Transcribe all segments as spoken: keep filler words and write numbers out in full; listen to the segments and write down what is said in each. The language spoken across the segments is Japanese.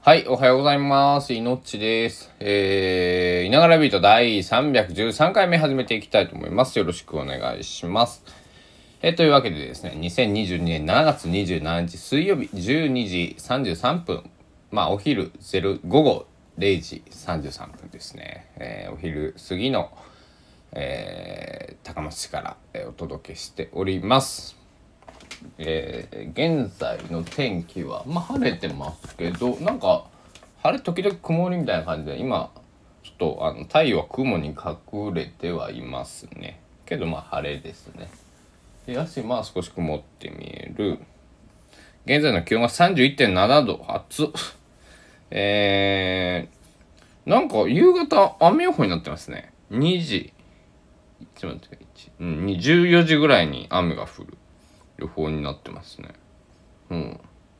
はい、おはようございます。いのっちです。えー、いながらビートだいさんびゃくじゅうさんかいめ始めていきたいと思います。よろしくお願いします。えー、というわけでですね、にせんにじゅうにねんしちがつにじゅうしちにち水曜日じゅうにじさんじゅうさんぷん、まあお昼0、午後れいじさんじゅうさんぷんですね。えー、お昼過ぎの、えー、高松市から、えー、お届けしております。えー、現在の天気は、まあ、晴れてますけど、なんか晴れ時々曇りみたいな感じで、今ちょっとあの太陽は雲に隠れてはいますね。けどまあ晴れですね。でやしまあ少し曇って見える。現在の気温が さんじゅういってんななど、暑っ。えー、なんか夕方雨予報になってますね。にじ、ちょっと待って、うん、じゅうよじぐらいに雨が降る予報になってますね。うん。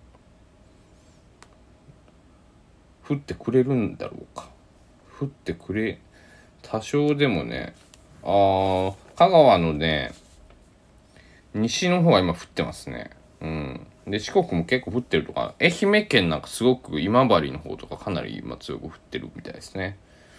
降ってくれるんだろうか。降ってくれ、多少でもね、あー、香川のね、西の方は今降ってますね。うん。で、四国も結構降ってるとか、愛媛県なんかすごく今治の方とかかなり今強く降ってるみたいですね。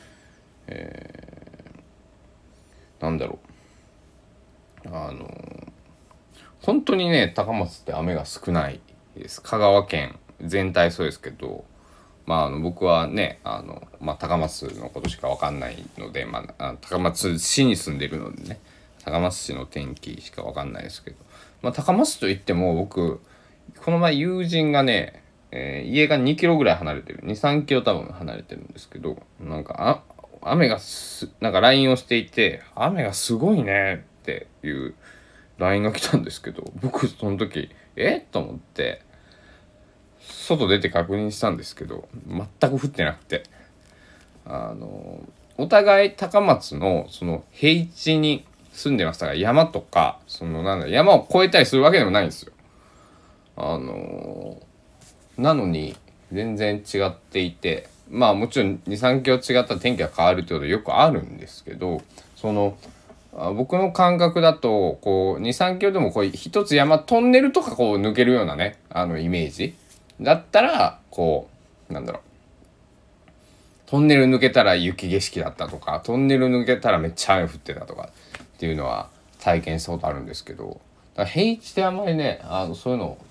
なんだろう。あの、本当にね、高松って雨が少ないです。香川県全体そうですけど、まあ、あの僕はねあの、まあ、高松のことしか分かんないので、まあ、あ高松市に住んでるのでね高松市の天気しか分かんないですけど、まあ、高松といっても僕この前友人がね、えー家がにキロぐらい離れてるに、さんキロ多分離れてるんですけど、なんかあ雨がすなんか ライン をしていて雨がすごいねっていう ライン が来たんですけど、僕その時えっと思って。外出て確認したんですけど全く降ってなくて、あのお互い高松のその平地に住んでましたが、山とかそのなんだ山を越えたりするわけでもないんですよ。あのなのに全然違っていて、まあもちろんに、さんキロ違ったら天気が変わるってことはよくあるんですけど、その僕の感覚だとこうに、さんキロでもこう一つ山トンネルとかこう抜けるようなねあのイメージだったらこうなんだろう、トンネル抜けたら雪景色だったとか、トンネル抜けたらめっちゃ雨降ってたとかっていうのは体験したことあるんですけど、だから平地ってあんまりねあのそういうの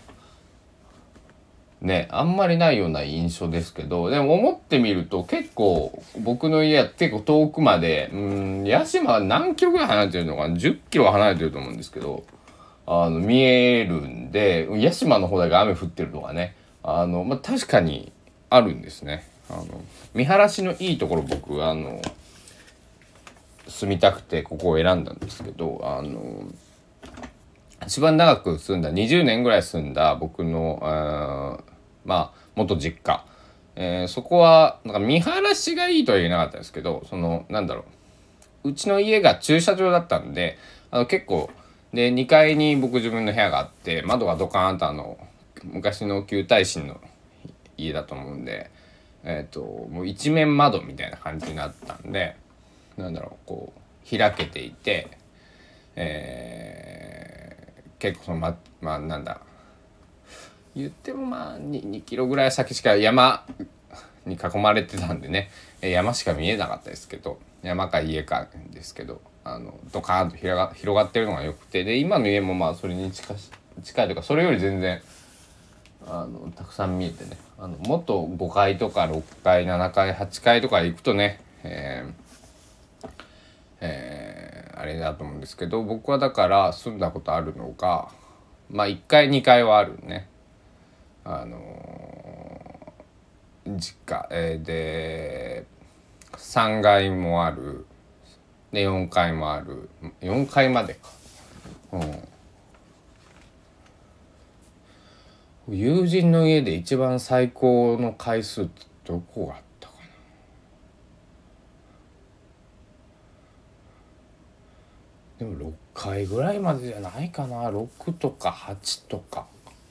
ねあんまりないような印象ですけど、でも思ってみると結構僕の家は結構遠くまで、うん屋島は何キロぐらい離れてるのかな、じゅっキロは離れてると思うんですけど、あの見えるんで屋島の方だけ雨降ってるとかね、あの、まあ、確かにあるんですね。あの見晴らしのいいところ僕あの住みたくてここを選んだんですけど、あの一番長く住んだにじゅうねんぐらい住んだ僕のあまあ元実家、えーそこはなんか見晴らしがいいとは言えなかったですけど、そのなんだろう、うちの家が駐車場だったんで、あの結構でにかいに僕自分の部屋があって窓がドカーンとあの昔の旧耐震の家だと思うんで、えっ、ともう一面窓みたいな感じになったんで、なんだろうこう開けていて、えー、結構そのままあなんだ言ってもまあ に, にキロぐらい先しか山に囲まれてたんでね、山しか見えなかったですけど、山か家かですけど、あのドカーンと広が広がってるのが良くて、で今の家もまあそれに近し近いというかそれより全然あのたくさん見えてね、あのもっとごかいとかろっかいななかいはちかいとか行くとね、えーえーあれだと思うんですけど、僕はだから住んだことあるのがまあいっかいにかいはあるね。あのー実家、えーでさんがいもあるでよんかいもある、よんかいまでか、うん、友人の家で一番最高の回数ってどこがあったかな。でもろっかいぐらいまでじゃないかな、ろくとかはちとか。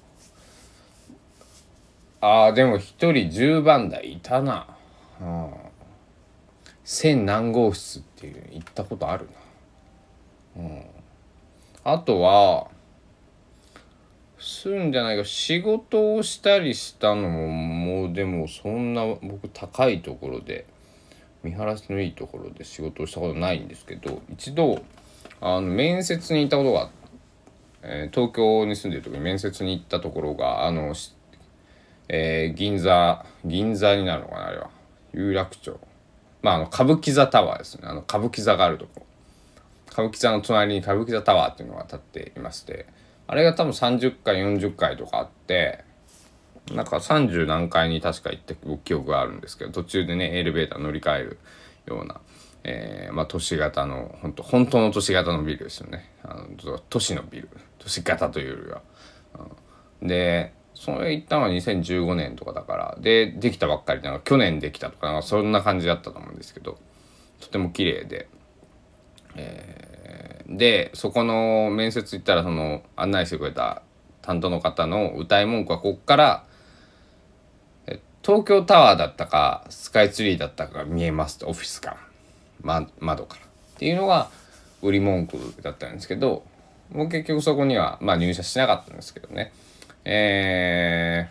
あーでも一人じゅうばん台いたな。うん、千何号室っていう行ったことあるな。あとはするんじゃないか。仕事をしたりしたのももうでもそんな僕高いところで見晴らしのいいところで仕事をしたことないんですけど、一度あの面接に行ったことがあって、えー東京に住んでる時に面接に行ったところがあの、えー銀座銀座になるのかな、あれは有楽町、まああの歌舞伎座タワーですね。あの歌舞伎座があるとこ、歌舞伎座の隣に歌舞伎座タワーっていうのが建っていまして、あれが多分さんじゅっかいよんじゅっかいとかあって、なんかさんじゅう何階に確か行って記憶があるんですけど、途中でねエレベーター乗り換えるような、えー、まあ都市型の本当本当の都市型のビルですよね。あの都市のビル、都市型というよりは、うん、でそれ行ったのはにせんじゅうごねんとかだから、でできたばっかり、なんか去年できたとか、なんかそんな感じだったと思うんですけど、とても綺麗で、えー、でそこの面接行ったら、その案内してくれた担当の方の歌い文句は、こっから東京タワーだったかスカイツリーだったかが見えますと、オフィスから、ま、窓からっていうのが売り文句だったんですけど、もう結局そこにはまあ入社しなかったんですけどね。え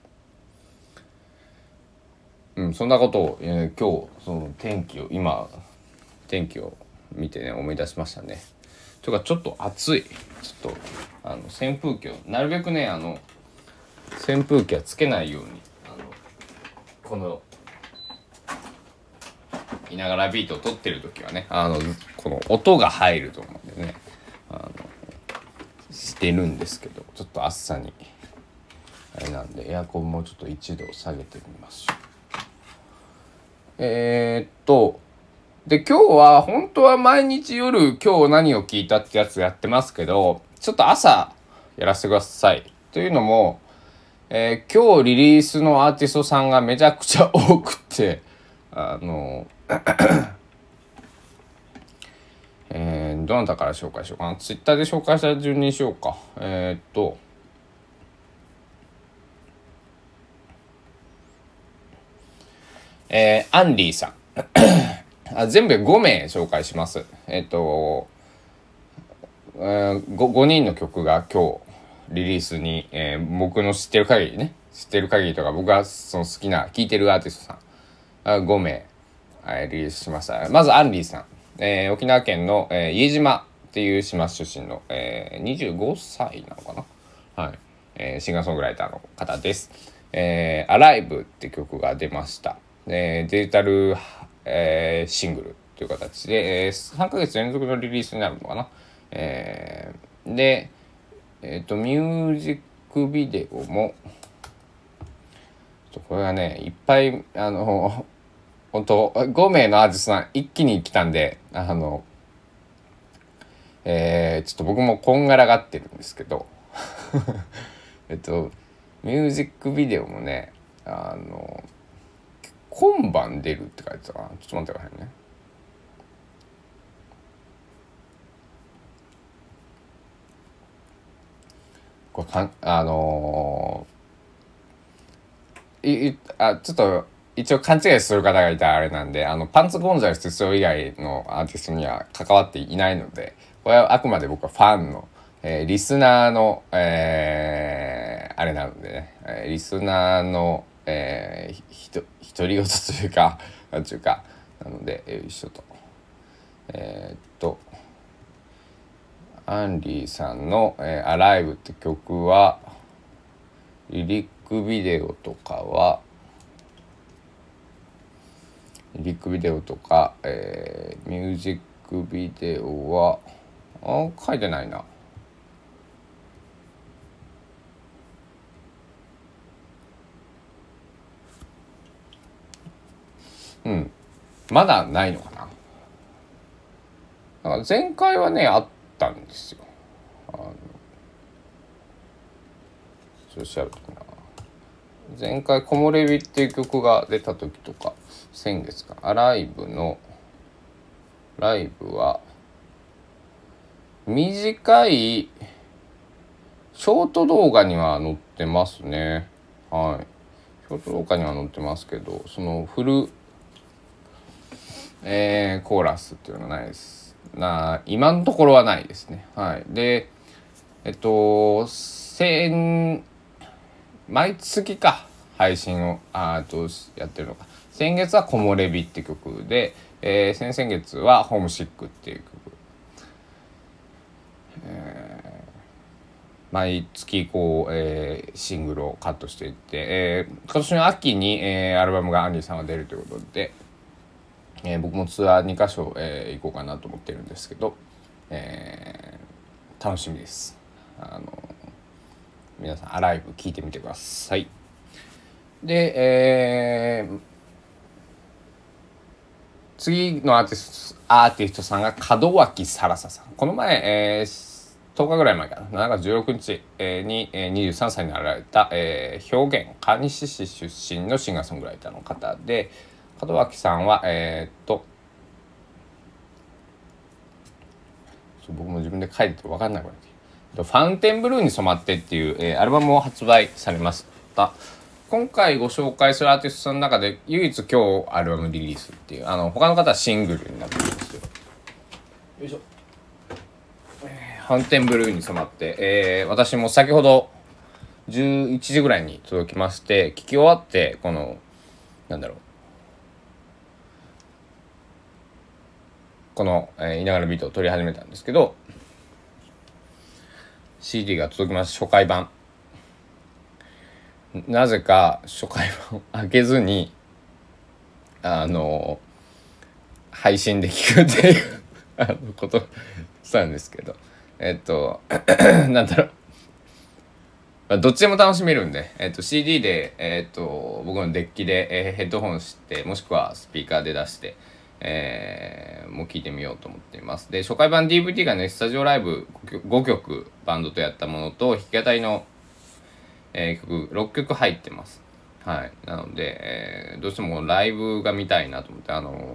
ー、うん、そんなことを、えー、今日その天気を今天気を見てね思い出しましたね。というかちょっと暑い。ちょっとあの扇風機をなるべくね、あの扇風機はつけないように、あのこのいながらビートを取ってる時はね、あのこの音が入ると思うんでね、あのしてるんですけど、ちょっと暑さにあれなんでエアコンもちょっといちど下げてみましょう。えー、っとで今日は本当は毎日夜今日何を聞いたってやつやってますけど、ちょっと朝やらせてください。というのも、えー、今日リリースのアーティストさんがめちゃくちゃ多くて、あのえー、どなたから紹介しようかな。ツイッターで紹介した順にしようか。えー、っとえー、アンリーさんあ、全部でごめい紹介します。えっと、えー、5, ごにんの曲が今日リリースに、えー、僕の知ってる限りね、知ってる限りとか僕がその好きな聴いてるアーティストさんあごめい、はい、リリースしました。まずアンリーさん、えー、沖縄県の、えー、家島っていう島出身の、えー、にじゅうごさいなのかな、はい、えー、シンガーソングライターの方です。えー、アライブって曲が出ました。えー、デジタル、えー、シングルという形で、えー、さんかげつ連続のリリースになるのかな。えー、で、えっと、ミュージックビデオも、これがね、いっぱい、あの、本当ごめいのアーティストさん一気に来たんで、あの、えー、ちょっと僕もこんがらがってるんですけど、えっと、ミュージックビデオもね、あの、今晩出るって書いてたかな。ちょっと待ってくださいね。これかんあのー、いあちょっと一応勘違いする方がいたらあれなんで、あのパンツゴンザレス哲夫以外のアーティストには関わっていないので、これはあくまで僕はファンの、えー、リスナーの、えー、あれなのでね、えー、リスナーの、えー、ひと独り言というかなんていうかなので、よいしょとえー、っとアンリーさんの、えー「アライブ」って曲はリリックビデオとかはリリックビデオとか、えー、ミュージックビデオはあ書いてないな。うんまだないのかな。だから前回はねあったんですよ。あのちょっと調べてみな。前回「木漏れ日」っていう曲が出た時とか、先月かアライブのライブは短いショート動画には載ってますね。はい。ショート動画には載ってますけど、そのフル、えー、コーラスっていうのはないです。な今のところはないですね。はい。で、えっと先毎月か配信をあとやってるのか。先月は木漏れ日って曲で、えー、先々月はホームシックっていう曲、えー、毎月こう、えー、シングルをカットしていって、えー、今年の秋に、えー、アルバムがアンディさんが出るということで、えー、僕もツアーにかしょ、えー、行こうかなと思ってるんですけど、えー、楽しみです。あの皆さんアライブ聞いてみてください。で、えー、次のアーティスト、アーティストさんが門脇さらささん。この前、えー、とおかぐらい前かな、しちがつじゅうろくにちに、えー、にじゅうさんさいになられた、えー、兵庫県可西市出身のシンガーソングライターの方で、門脇さんは、えー、っと、僕も自分で書いてて分かんなくなってファウンテンブルーに染まってっていう、えー、アルバムを発売されました。今回ご紹介するアーティストさんの中で唯一今日アルバムリリースっていう、あの他の方はシングルになってるんですけど、よいしょ、えー、ファウンテンブルーに染まって、えー、私も先ほどじゅういちじぐらいに届きまして、聞き終わってこのなんだろうこの、えー、いながらビートを撮り始めたんですけど、 シーディー が届きます。初回版。なぜか初回版を開けずにあの配信で聞くっていうあのことしたんですけど、えっとなんだろう、どっちでも楽しめるんで、えっと、シーディー で、えっと、僕のデッキで、えー、ヘッドホンしてもしくはスピーカーで出して、えー、もう聴いてみようと思っています。で初回版 ディーブイディー がね、スタジオライブごきょくバンドとやったものと弾き語りの、えー、曲ろっきょく入ってます。はい、なので、えー、どうしてもライブが見たいなと思って、あの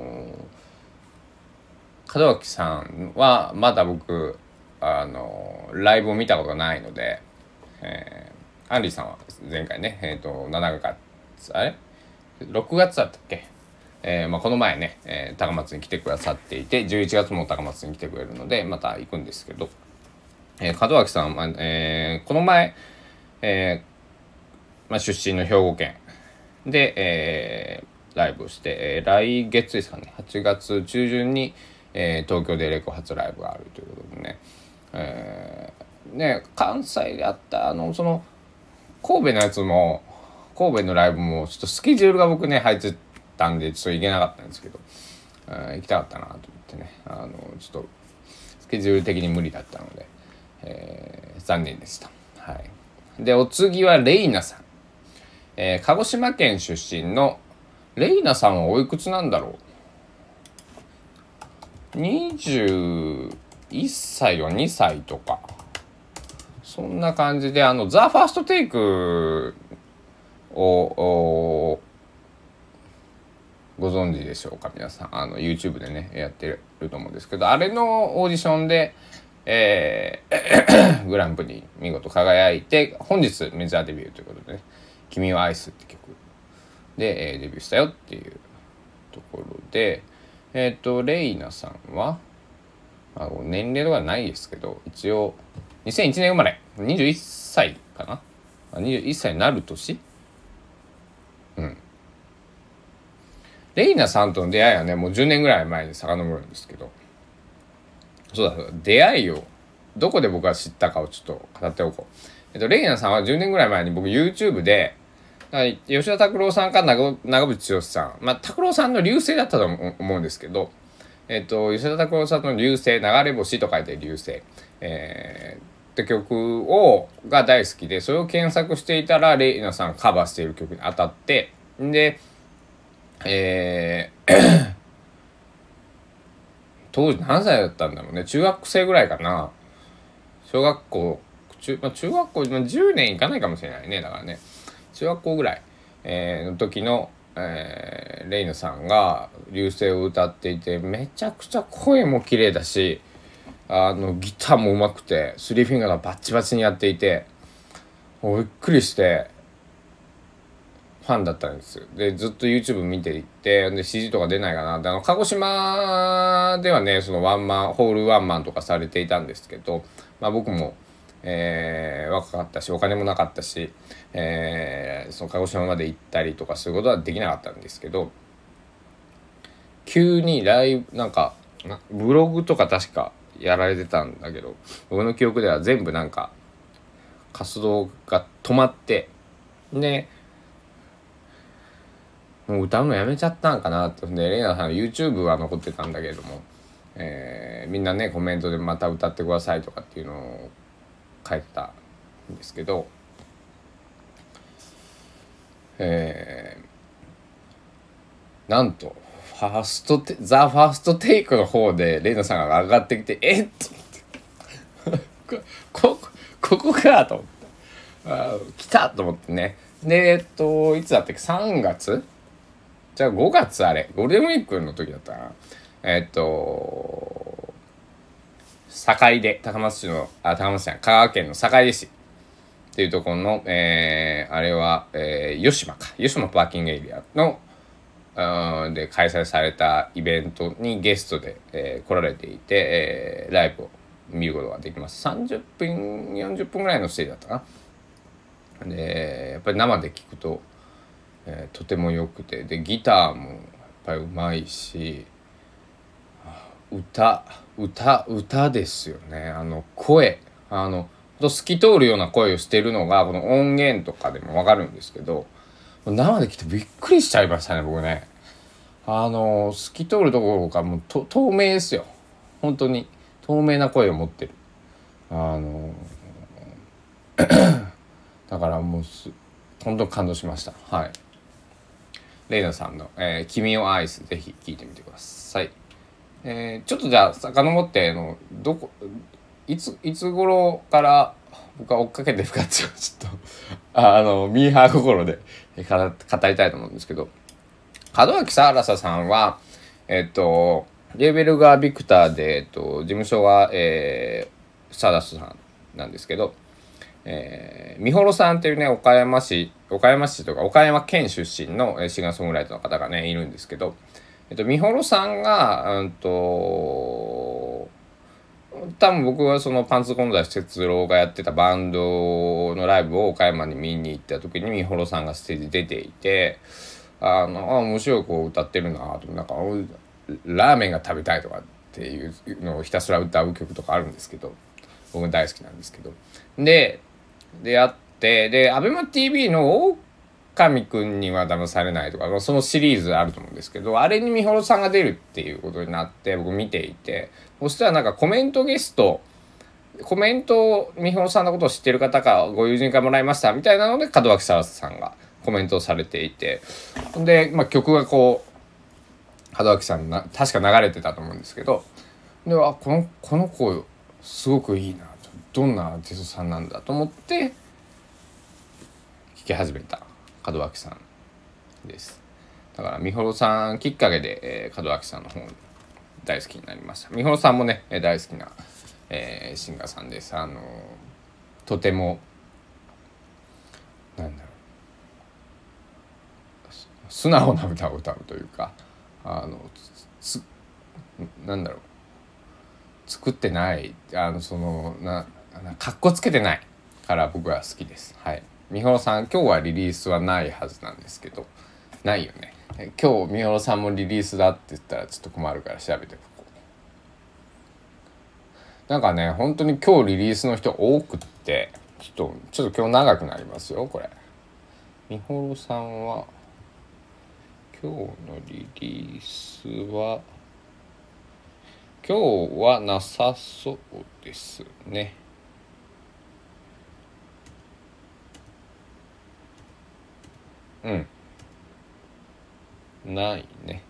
ー、門脇さんはまだ僕、あのー、ライブを見たことがないので、えー、アンリーさんは前回ね、えっと、しちがつ、あれ ?ろく 月だったっけ、えーまあ、この前ね、えー、高松に来てくださっていて、じゅういちがつも高松に来てくれるので、また行くんですけど、えー、門脇さんは、えー、この前、えーまあ、出身の兵庫県で、えー、ライブをして、えー、来月ですかね、はちがつちゅうじゅんに、えー、東京でレコ発ライブがあるということでね、えーね、関西であったあのその神戸のやつも神戸のライブもちょっとスケジュールが僕ね入ってたんでちょっと行けなかったんですけど、行きたかったなと思ってね、あのちょっとスケジュール的に無理だったので、えー、残念でした。はい。でお次はレイナさん、えー、鹿児島県出身のレイナさんはおいくつなんだろう。にじゅういっさいはにさいとかそんな感じで、あのザ・ファーストテイクをご存知でしょうか皆さん。あの YouTube でねやってると思うんですけど、あれのオーディションで、えー、グランプリに見事輝いて、本日メジャーデビューということでね、君を愛すって曲で、えー、デビューしたよっていうところで、えっ、ー、とレイナさんはあ年齢とかないですけど、一応にせんいちねん生まれ、にじゅういっさいかな、にじゅういっさいになる年。うんレイナさんとの出会いはね、もうじゅうねんぐらい前に遡るんですけど、そうだ、出会いをどこで僕が知ったかをちょっと語っておこう。えっとレイナさんはじゅうねんぐらい前に僕 YouTube で吉田拓郎さんか長渕剛さん、まあ拓郎さんの流星だったと思うんですけど、えっと吉田拓郎さんの流星、流れ星と書いて流星、えー、って曲をが大好きで、それを検索していたらレイナさんカバーしている曲に当たって、でえー当時何歳だったんだろうね、中学生ぐらいかな、小学校中、まあ、中学校じゅうねんいかないかもしれないね、だからね中学校ぐらい、えー、の時の、えー、レイナさんが流星を歌っていて、めちゃくちゃ声も綺麗だし、あのギターも上手くて、スリーフィンガーがバッチバチにやっていて、びっくりしてファンだったんです。でずっと YouTube 見ていって、で シージー とか出ないかなで、あの鹿児島ではねそのワンマンホールワンマンとかされていたんですけど、まあ、僕も、ええー、若かったしお金もなかったし、えー、その鹿児島まで行ったりとかすることはできなかったんですけど、急にライブなんかブログとか確かやられてたんだけど、僕の記憶では全部なんか活動が止まって、でもう歌うのやめちゃったんかなって。でレイナさんの YouTube は残ってたんだけれども、えー、みんなねコメントでまた歌ってくださいとかっていうのを書いてたんですけど、えー、なんとファーストテザ・ファーストテイクの方でレイナさんが上がってきて、えっとここここかと思って、あ来たと思ってね。でえっといつだったっけ、さんがつじゃあごがつ、あれゴールデンウィークの時だったな。えっと坂出、高松市のあ高松市じゃない香川県の坂出市っていうところの、えー、あれは、えー、吉間か吉間パーキングエリアので開催されたイベントにゲストで、えー、来られていて、えー、ライブを見ることができます。さんじゅっぷんよんじゅっぷんぐらいのステージだったかな。でやっぱり生で聴くと、えー、とても良くて、でギターもやっぱりうまいし、歌歌歌ですよね。あの声、あの透き通るような声をしてるのがこの音源とかでも分かるんですけど、生で来てびっくりしちゃいましたね僕ね。あの透き通るところがもうと透明ですよ。本当に透明な声を持ってる。あのだからもうす本当に感動しました。はい。レイナさんの、えー、君を愛すぜひ聴いてみてください。えー、ちょっとじゃあ遡ってのどこいついつ頃から僕は追っかけてるかっていうちょっとあのミーハー心で語りたいと思うんですけど、門脇沙羅さんはえっとレーベルがビクターで、えっと、事務所は、えー、サダスさんなんですけど、えー、美幌さんっていうね岡山市岡山市とか岡山県出身のシンガーソングライターの方がねいるんですけど、えっと、美幌さんが、うんと、多分僕はそのパンツコンダ哲郎がやってたバンドのライブを岡山に見に行った時に美幌さんがステージ出ていて、あのあ面白い子歌ってるなと、なんかラーメンが食べたいとかっていうのをひたすら歌う曲とかあるんですけど、僕大好きなんですけど、ででやってでアベマ ティーブイ の神くんには騙されないとかそのシリーズあると思うんですけど、あれに美幌さんが出るっていうことになって僕見ていて、そしたらなんかコメントゲストコメントを美穂さんのことを知ってる方かご友人からもらいましたみたいなので門脇沙羅さんがコメントをされていて、で、まあ、曲がこう門脇さんな確か流れてたと思うんですけど、であこのこの子すごくいいなと、どんなアーティストさんなんだと思って聴き始めた門脇さんです。だから美穂さんきっかけで、えー、門脇さんの方大好きになりました。美穂さんもね大好きなえー、シンガーさんです。あのとてもなんだろう素直な歌を歌うというか、あのつなんだろう作ってないあのそのなかっこつけてないから僕は好きです。はい。美穂さん今日はリリースはないはずなんですけど、ないよね。今日美穂さんもリリースだって言ったらちょっと困るから調べておこう。なんかね本当に今日リリースの人多くってちょっとちょっと今日長くなりますよこれ。みほろさんは今日のリリースは今日はなさそうですね。うんないね。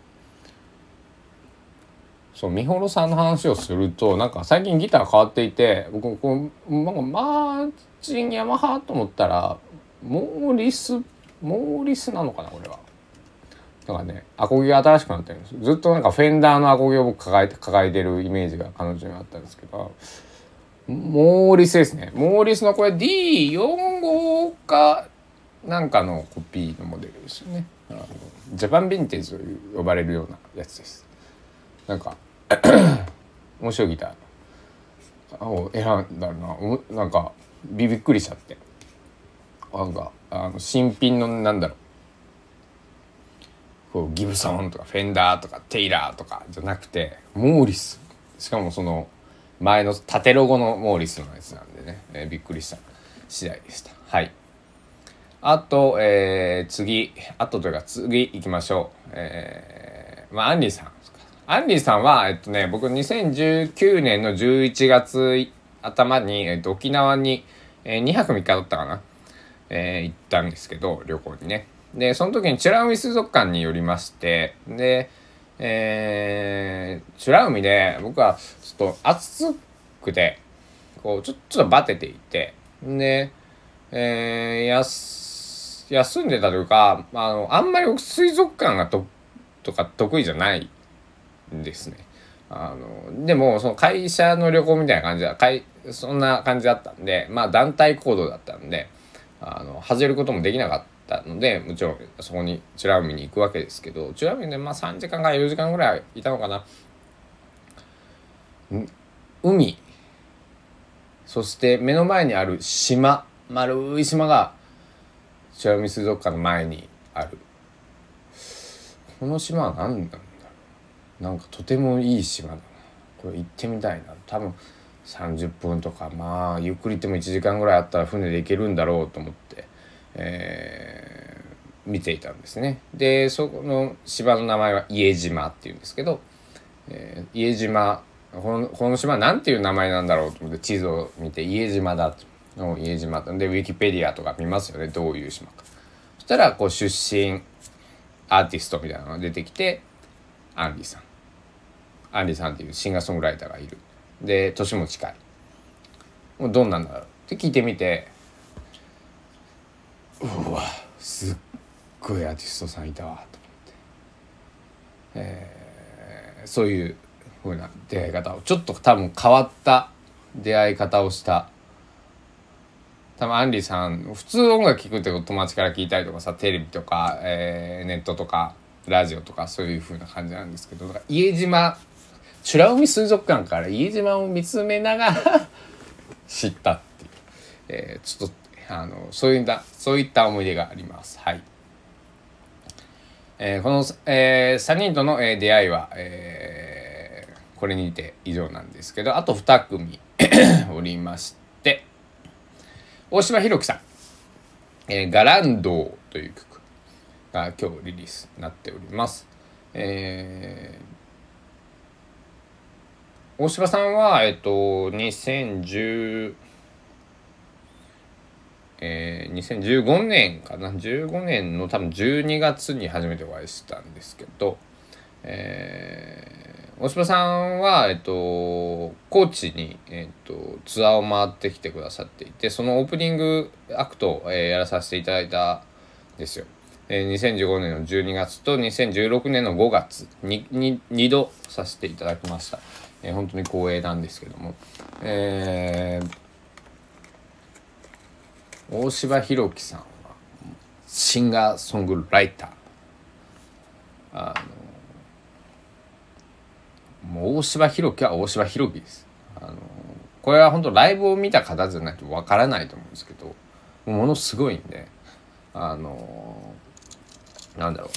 そうみほろさんの話をするとなんか最近ギター変わっていて、僕こうなんかマーチンヤマハと思ったらモーリスモーリスなのかなこれは。だからねアコギが新しくなってるんです。ずっとなんかフェンダーのアコギを僕抱えて抱えてるイメージが彼女にあったんですけど、モーリスですね。モーリスのこれ ディーよんじゅうご かなんかのコピーのモデルですよね。あのジャパンヴィンテージと呼ばれるようなやつです。なんか面白いギターを選んだな。うなんかびっくりしちゃって、なんかあの新品のなんだろう、こうギブソンとかフェンダーとかテイラーとかじゃなくてモーリス、しかもその前の縦ロゴのモーリスのやつなんでね、えー、びっくりした次第でした。はい。あと、えー、次あとというか次行きましょう。えー、まあアンリーさんアンリーさんはえっとね僕にせんじゅうきゅうねんのじゅういちがつ頭に、えっと、沖縄に、えー、にはくみっかだったかな、えー、行ったんですけど、旅行にね。でその時に美ら海水族館に寄りまして、で、えー、美ら海で僕はちょっと暑くてこうちょちょっとバテていて、で、えー、やす休んでたというか、あのあんまり僕水族館がととか得意じゃないんですね。あのでもその会社の旅行みたいな感じだかいそんな感じだったんで、まあ団体行動だったんで、あの外れることもできなかったので、もちろんそこに美ら海に行くわけですけど、美ら海でまあさんじかんからよじかんぐらいいたのかな。海、そして目の前にある島、丸い島が美ら海水族館の前にある。この島は何なんだろう、なんかとてもいい島だな、これ行ってみたいな。多分さんじゅっぷんとか、まあゆっくり行ってもいちじかんぐらいあったら船で行けるんだろうと思って、えー、見ていたんですね。でそこの島の名前は伊江島っていうんですけど、えー、伊江島、この、この島なんていう名前なんだろうと思って地図を見て伊江島だと、伊江島でウィキペディアとか見ますよね、どういう島か。そしたらこう出身アーティストみたいなのが出てきて、アンリさんアンリさんっていうシンガーソングライターがいる。で年も近い。もうどんなんだろうって聞いてみて、うわすっごいアーティストさんいたわと思って、えー、そういう風な出会い方を、ちょっと多分変わった出会い方をした。多分アンリさん普通音楽聴くってこと友達から聞いたりとかさ、テレビとか、えー、ネットとかラジオとかそういう風な感じなんですけど、伊江島、美ら海水族館から伊江島を見つめながら知ったっていう、えー、ちょっとあのそういったそういった思い出があります。はい。えー、この、えー、さんにんとの、えー、出会いは、えー、これにて以上なんですけど、あとに組おりまして、大島ひろきさん、えー、ガランドーという曲が今日リリースになっております。えー、大島さんは、えっと、にせんじゅうえー、にせんじゅうごねんかな、じゅうごねんの多分じゅうにがつに初めてお会いしたんですけど、えー、大島さんは、えっと、高知に、えっと、ツアーを回ってきてくださっていて、そのオープニングアクトを、えー、やらさせていただいたんですよ。えー、にせんじゅうごねんのじゅうにがつとにせんじゅうろくねんのごがつにににどさせていただきました。えー、本当に光栄なんですけども、えー大柴弘樹さんはシンガーソングライター、あのもう大柴弘樹は大柴弘樹です。あのこれは本当ライブを見た方じゃないとわからないと思うんですけど、ものすごいんで、あのなんだろ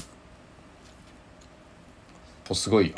う、すごいよ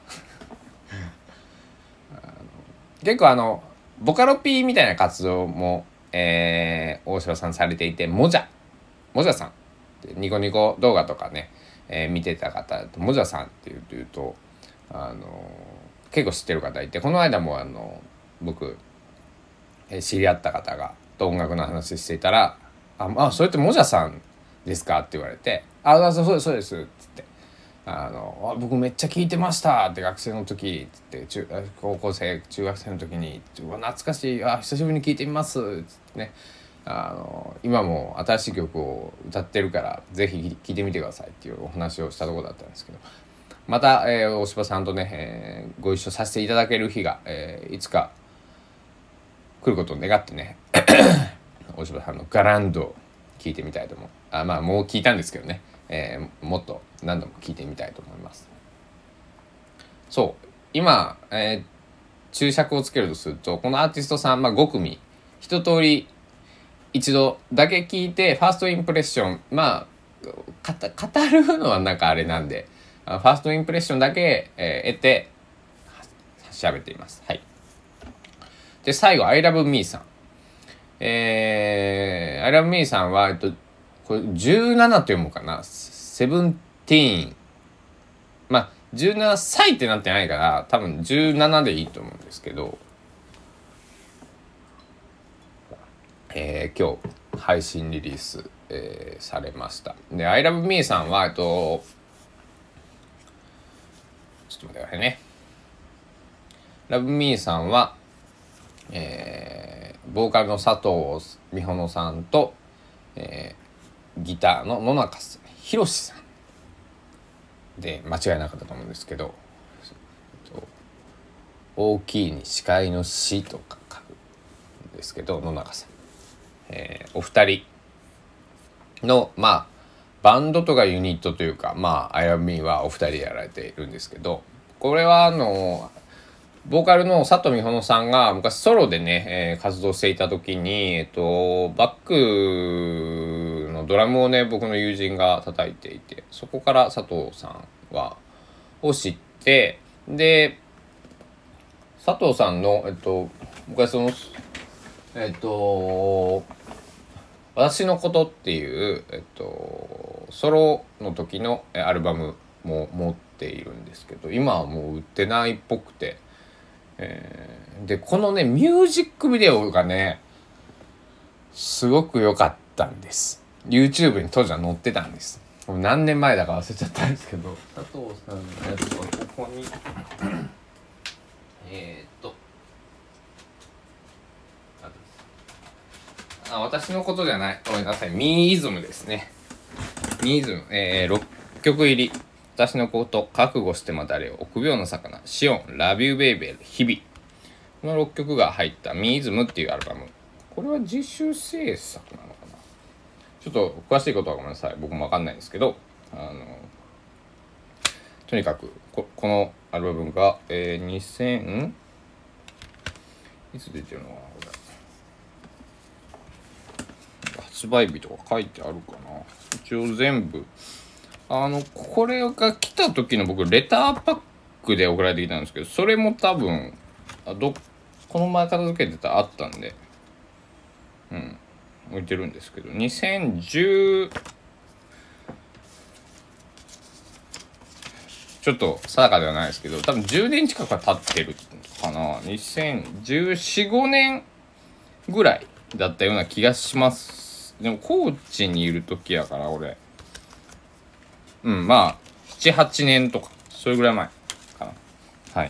結構あのボカロ P みたいな活動も、えー、大柴さんされていて、もじゃもじゃさんニコニコ動画とかね、えー、見てた方ともじゃさんっていうというと、あの結構知ってる方いて、この間もあの僕、えー、知り合った方がと音楽の話していたら、ああそれってもじゃさんですかって言われて、あそうですそうですっつって、あの僕めっちゃ聞いてましたって学生の時っつって中高校生中学生の時にうわ懐かしい、あ久しぶりに聞いてみますっつってね、あの今も新しい曲を歌ってるからぜひ聴いてみてくださいっていうお話をしたところだったんですけど、また、えー、大柴さんとね、えー、ご一緒させていただける日が、えー、いつか来ることを願ってね大柴さんのガランドを聴いてみたいと思う。あまあもう聞いたんですけどね、えー、もっと何度も聴いてみたいと思います。そう今、え注釈をつけるとすると、このアーティストさん、まあ、ご組一通り一度だけ聞いてファーストインプレッション、まあ語るのはなんかあれなんで、ファーストインプレッションだけ、えー、得て喋っています。はい。で最後 I love me さん、えー、I love me さんは、えっと、これじゅうななと読むかな、セブンティーン、まあじゅうななさいってなってないから多分じゅうななでいいと思うんですけど、えー、今日配信リリース、えー、されました。で I love me さんは、えっとちょっと待ってくださいね。 Love me さんは、えー、ボーカルの佐藤美穂さんと、えー、ギターの野中宏さんで間違いなかったと思うんですけど、大きいに視界の死とか書くんですけど、野中さん、えー、お二人のまあバンドとかユニットというか、まあ I love me はお二人でやられているんですけど、これはあのボーカルの佐藤美穂さんが昔ソロでね、えー、活動していた時に、えっとバックのドラムをね僕の友人が叩いていて、そこから佐藤さんはを知って、で佐藤さんのえっと僕はそのえっと私のことっていう、えっと、ソロの時のアルバムも持っているんですけど、今はもう売ってないっぽくて、えー、でこのねミュージックビデオがねすごく良かったんです。 YouTube に当時は載ってたんです。何年前だか忘れちゃったんですけど、佐藤さんのやつはここにえっとあ私のことじゃない、ごめんなさい、ミーイズムですね。ミーイズム、えー、ろっきょく入り、私のこと、覚悟しても誰を、臆病の魚、シオン、ラビューベイベー、日々、このろっきょくが入ったミーイズムっていうアルバム。これは自主制作なのかな、ちょっと詳しいことはごめんなさい、僕も分かんないんですけど、あのとにかく こ, このアルバムが、えー、にせんいつ出てるのかな、これ発売日とか書いてあるかな。一応全部あのこれが来た時の僕レターパックで送られてきたんですけど、それも多分あどこの前片付けてたあったんで、うん置いてるんですけど、にせんじゅうちょっと定かではないですけど、多分じゅうねん近くは経ってるかな。にせんじゅうよん、ごねんぐらいだったような気がします。でも高知にいる時やから俺、うんまあなな、はちねんとかそれぐらい前かな。はい。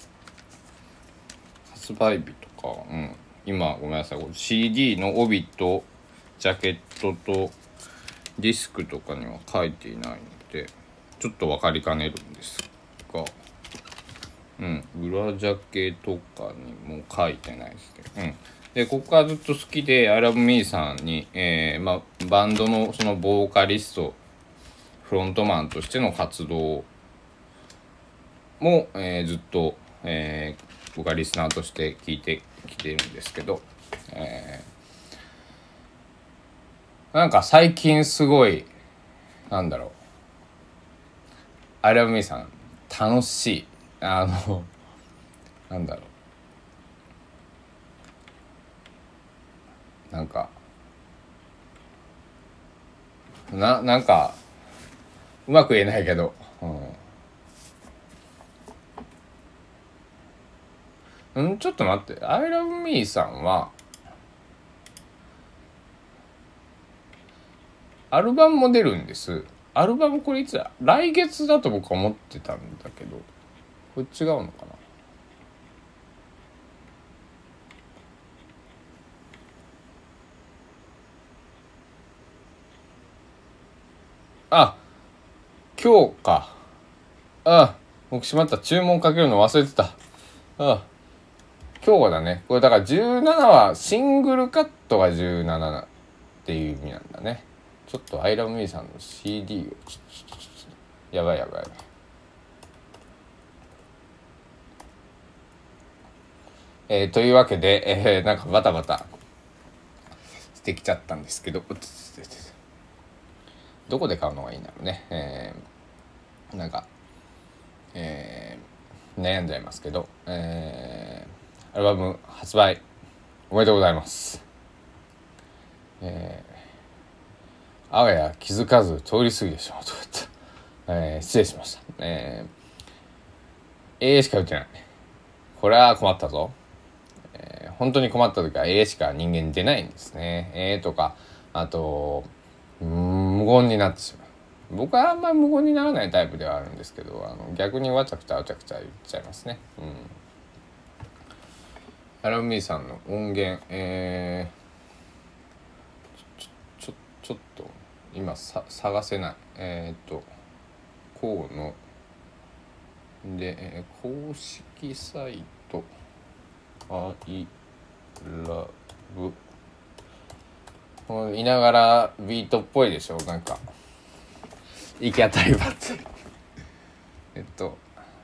発売日とか、うん、今ごめんなさい、これ シーディー の帯とジャケットとディスクとかには書いていないのでちょっと分かりかねるんですが、うん、裏ジャケとかにも書いてないですね。うん。でここからずっと好きで I love me さんに、えーまあ、バンドのそのボーカリストフロントマンとしての活動も、えー、ずっと、えー、僕はリスナーとして聞いてきているんですけど、えー、なんか最近すごいなんだろう I love me さん楽しい、あのなんだろうなんかななんかうまく言えないけど、うん、んちょっと待って I love me さんはアルバムも出るんです。アルバムこれいつだ、来月だと僕は思ってたんだけど、これ違うのかな。あ、今日か。あ、僕しまった、注文かけるの忘れてた。あ、今日だね。これだからじゅうななはシングルカットがじゅうななっていう意味なんだね。ちょっと I love me さんの シーディー をちょちょちょちょやばいやばいやばい。 えー、というわけで、えー、なんかバタバタしてきちゃったんですけど、どこで買うのがいいんだろうね。えー、なんか、えー、悩んじゃいますけど、えー、アルバム発売おめでとうございます。えー、あわや気づかず通り過ぎてしまうといった、えー、失礼しました。えー、エーエー しか売ってない。これは困ったぞ。えー、本当に困った時は エーエー しか人間出ないんですね。えーとか、あと、無言になってしまう。僕はあんまり無言にならないタイプではあるんですけど、あの逆にわちゃくちゃわちゃくちゃ言っちゃいますね。うん。アラミーさんの音源、えー、ちょちょちょっと今さ探せない。えー、っと河野で、えー、公式サイトアイラブいながらビートっぽいでしょ、なんか行き当たりばってえっと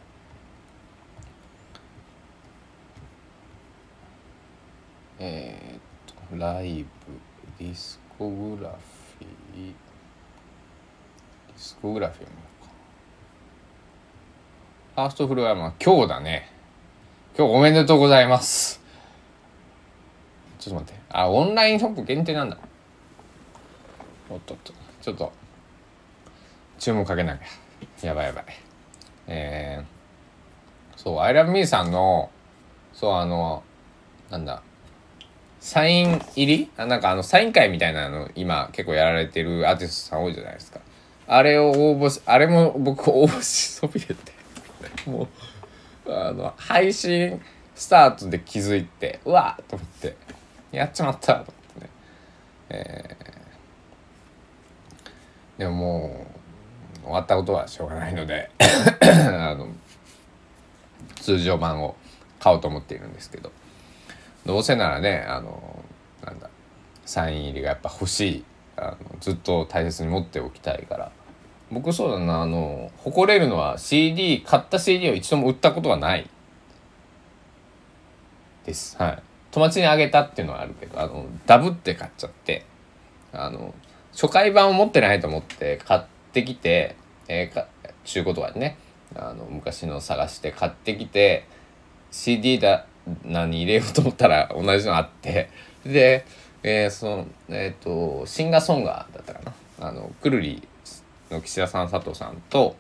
えー、っとライブディスコグラフィーディスコグラフィーもかファーストフロアは今日だね。今日おめでとうございます。ちょっと待って、あ、オンラインショップ限定なんだ。おっとっと、ちょっと注文かけなきゃ。やばいやばい。えー、そう、I love me さんの、そう、あの、なんだ、サイン入りあ、なんかあの、サイン会みたいなの、今結構やられてるアーティストさん多いじゃないですか。あれを応募し、あれも僕応募しそびれて、もう、あの、配信スタートで気づいて、うわーと思って、やっちまったと思ってね。えー、でももう、終わったことはしょうがないので、あの、通常版を買おうと思っているんですけど、どうせならね、あのなんだサイン入りがやっぱ欲しい、あのずっと大切に持っておきたいから。僕そうだな、あの誇れるのは シーディー 買った シーディー を一度も売ったことはないです。はい。友達にあげたっていうのはあるけど、あのダブって買っちゃって、あの初回版を持ってないと思って買ってきて、えー、か中古とかでね、あの昔の探して買ってきて シーディー だ何入れようと思ったら同じのあって、で、えー、そのえっ、ー、とシンガーソンガーだったかな、あのくるりの岸田さん佐藤さんと、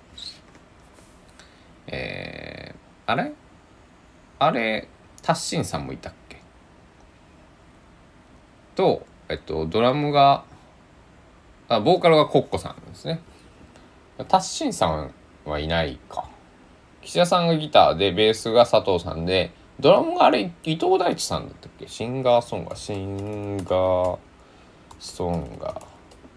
えー、あれあれタッシンさんもいたっけと、えっとドラムがあボーカルがコッコさんですね。タッシンさんはいないか。岸田さんがギターでベースが佐藤さんで、ドラムがあれ伊藤大地さんだったっけ。シンガーソンガーシンガーソンガー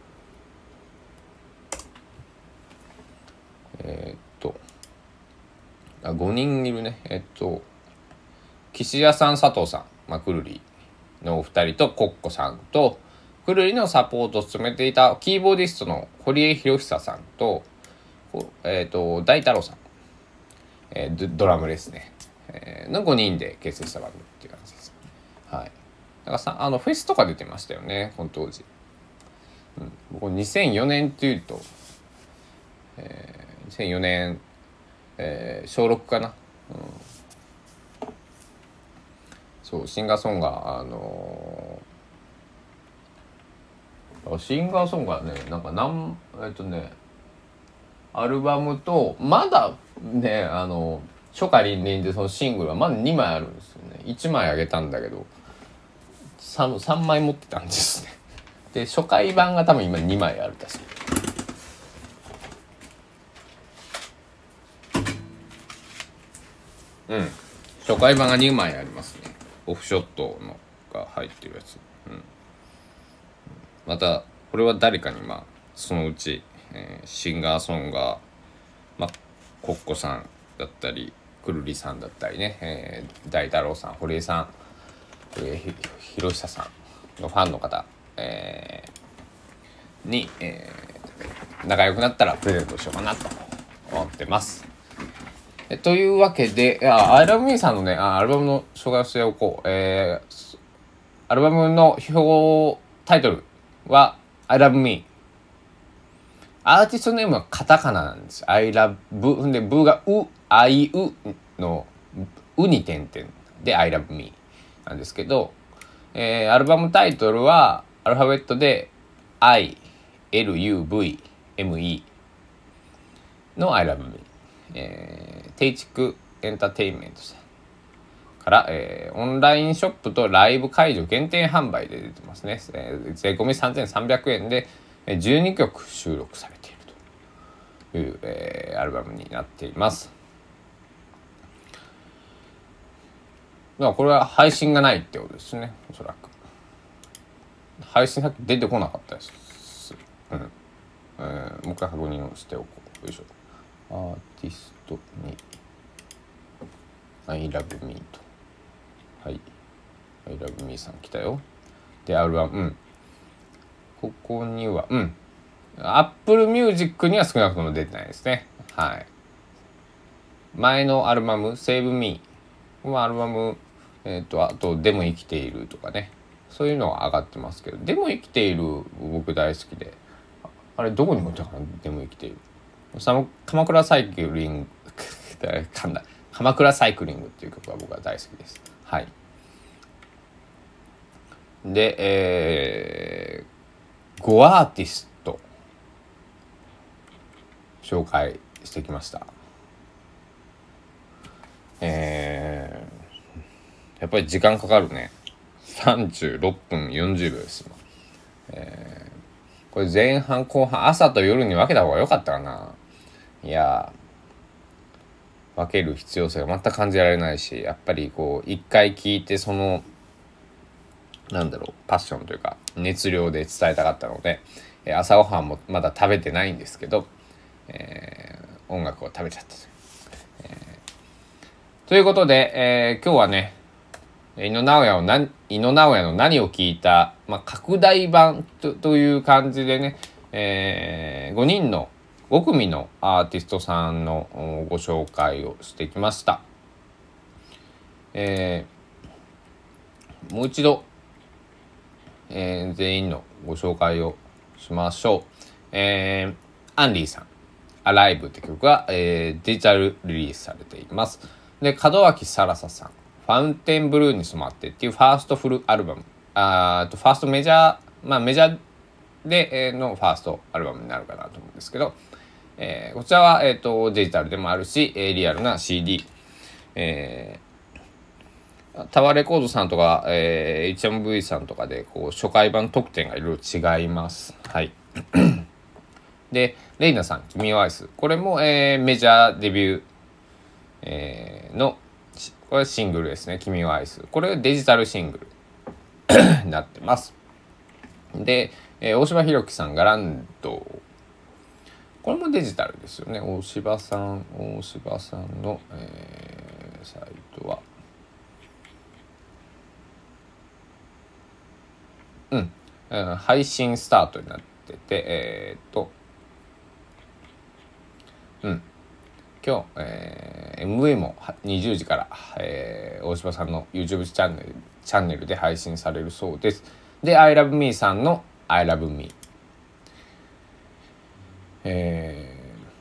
えー、っとあごにんいるね。えっと岸田さん佐藤さん、まあ、くるりのお二人とコッコさんと、くるりのサポートを務めていたキーボーディストの堀江博久さんと、えー、っと大太郎さん、えー、ドラムですね、えー、のごにんで結成したバンドっていう感じです。はい。だからさ、あのフェスとか出てましたよね、この当時。うん、僕にせんよねんっていうと、えー、にせんよねん、えー、小ろくかな、うん、そうシンガーソンガー、あのー、シンガーソンガーね、なんかなんえっとねアルバムとまだね、あの初夏臨臨でそのシングルはまだにまいあるんですよね。いちまいあげたんだけど 3, さんまい持ってたんですね。で初回版が多分今にまいある確か。うん、初回版がにまいありますね。オフショットのが入ってるやつ。うん、またこれは誰かにまあそのうち、えー、シンガーソンガー、まあ、コッコさんだったりくるりさんだったりね、えー、大太郎さん堀江さん、えー、ひろひささんのファンの方、えー、に、えー、仲良くなったらプレゼントしようかなと思ってます。 えというわけで、あ、I Love Me さんのね、あアルバムの紹介をしておこう。えー、アルバムの表タイトルは I Love Me。アーティストネームはカタカナなんです。I love で、ブがう、あいうのうに点々で I love me なんですけど、えー、アルバムタイトルはアルファベットで I、L、U、V、M、E の I love me。えー、テイチクエンターテインメントさんから、えー、オンラインショップとライブ会場限定販売で出てますね。えー、税込みさんぜんさんびゃくえんでじゅうにきょく収録されているという、えー、アルバムになっています。だからこれは配信がないってことですね、おそらく。配信さっき出てこなかったです。うん。えー、もう一回確認をしておこう。よいしょ。アーティストに I love me と。はい。I love me さん来たよ。で、アルバム、うん。ここには、うん。Apple Music には少なくとも出てないですね。はい。前のアルバム、Save Me はアルバム、えっと、あと、でも生きているとかね。そういうのは上がってますけど、でも生きている僕大好きで。あれ、どこに置いたかな、でも生きている。鎌倉サイクリング、噛んだ。鎌倉サイクリングっていう曲は僕は大好きです。はい。で、えー、ごアーティスト紹介してきました。えー、やっぱり時間かかるね。さんじゅうろっぷんよんじゅうびょうです。えー、これ前半後半朝と夜に分けた方が良かったかな。いや分ける必要性が全く感じられないし、やっぱりこう一回聞いてそのなんだろうパッションというか熱量で伝えたかったので、朝ごはんもまだ食べてないんですけど、えー、音楽を食べちゃったと、えー、ということで、えー、今日はね井野直哉をな井野直哉の何を聞いた、まあ、拡大版 と, という感じでね、えー、ごにんのご組のアーティストさんのご紹介をしてきました。えー、もう一度、えー、全員のご紹介をしましょう。えー、アンリーさん、アライブって曲が、えー、デジタルリリースされています。で、門脇サラサさん、ファウンテンブルーに染まってっていうファーストフルアルバム、あとファーストメジャー、まあメジャーで、えー、のファーストアルバムになるかなと思うんですけど、えー、こちらは、えーと、デジタルでもあるし、えー、リアルな シーディー、えー、タワーレコードさんとか、えー、エイチエムブイ さんとかでこう初回版特典がいろいろ違います。はい。で、レイナさん、君はアイス。これも、えー、メジャーデビュー、えー、の、これシングルですね。君はアイス。これデジタルシングルになってます。で、えー、大柴弘樹さん、ガランド。これもデジタルですよね。大柴さん、大柴さんの、えー、サイトは。うん、うん、配信スタートになってて、えー、っと、うん、今日、えー、エムブイ もにじゅうじから、えー、大柴さんの YouTube チャンネル、チャンネルで配信されるそうです。で、I love me さんの I love me。え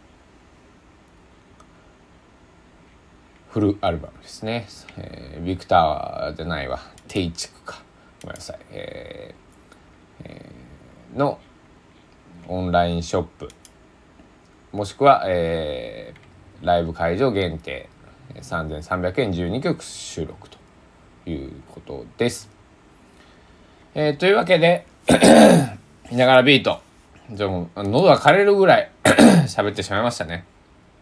ー、フルアルバムですね。えー、ビクターじゃないわ。テイチクか。ごめんなさい。えーえー、のオンラインショップ。もしくは、えー、ライブ会場限定さんぜんさんびゃくえんじゅうにきょく収録ということです。えー、というわけでいながらビートじゃもう喉が枯れるぐらい喋ってしまいましたね。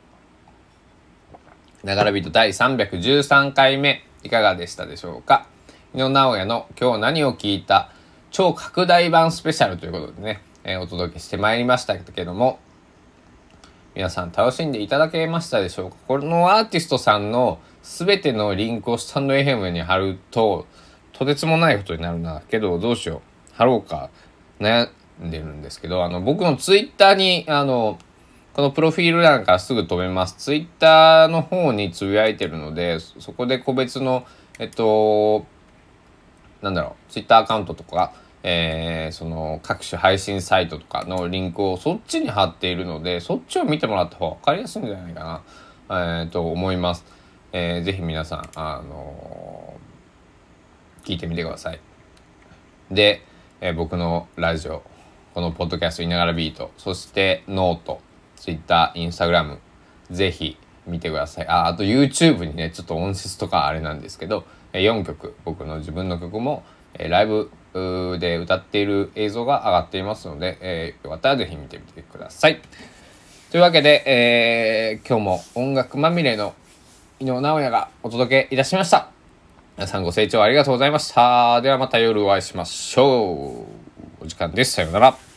ながらビートだいさんびゃくじゅうさんかいめいかがでしたでしょうか。井野直哉の今日何を聞いた超拡大版スペシャルということでね、えー、お届けしてまいりましたけども、皆さん楽しんでいただけましたでしょうか。このアーティストさんの全てのリンクをスタンド エフエム に貼るととてつもないことになるな。けどどうしよう、貼ろうか悩んでるんですけど、あの僕のツイッターにあのこのプロフィール欄からすぐ飛べます。ツイッターの方につぶやいてるので、そこで個別の、えっと、なんだろう、ツイッターアカウントとか、えー、その各種配信サイトとかのリンクをそっちに貼っているので、そっちを見てもらった方が分かりやすいんじゃないかな、えー、と思います。えー、ぜひ皆さん、あのー、聞いてみてください。で、えー、僕のラジオ、このポッドキャストいながらビート、そしてノート、ツイッター、インスタグラム、ぜひ見てください。あ、あと YouTube にね、ちょっと音質とかあれなんですけど、よんきょく、僕の自分の曲もライブで歌っている映像が上がっていますので、えー、よかったらぜひ見てみてください。というわけで、えー、今日も音楽まみれの井上直弥がお届けいたしました。皆さんご清聴ありがとうございました。ではまた夜お会いしましょう。お時間です。さようなら。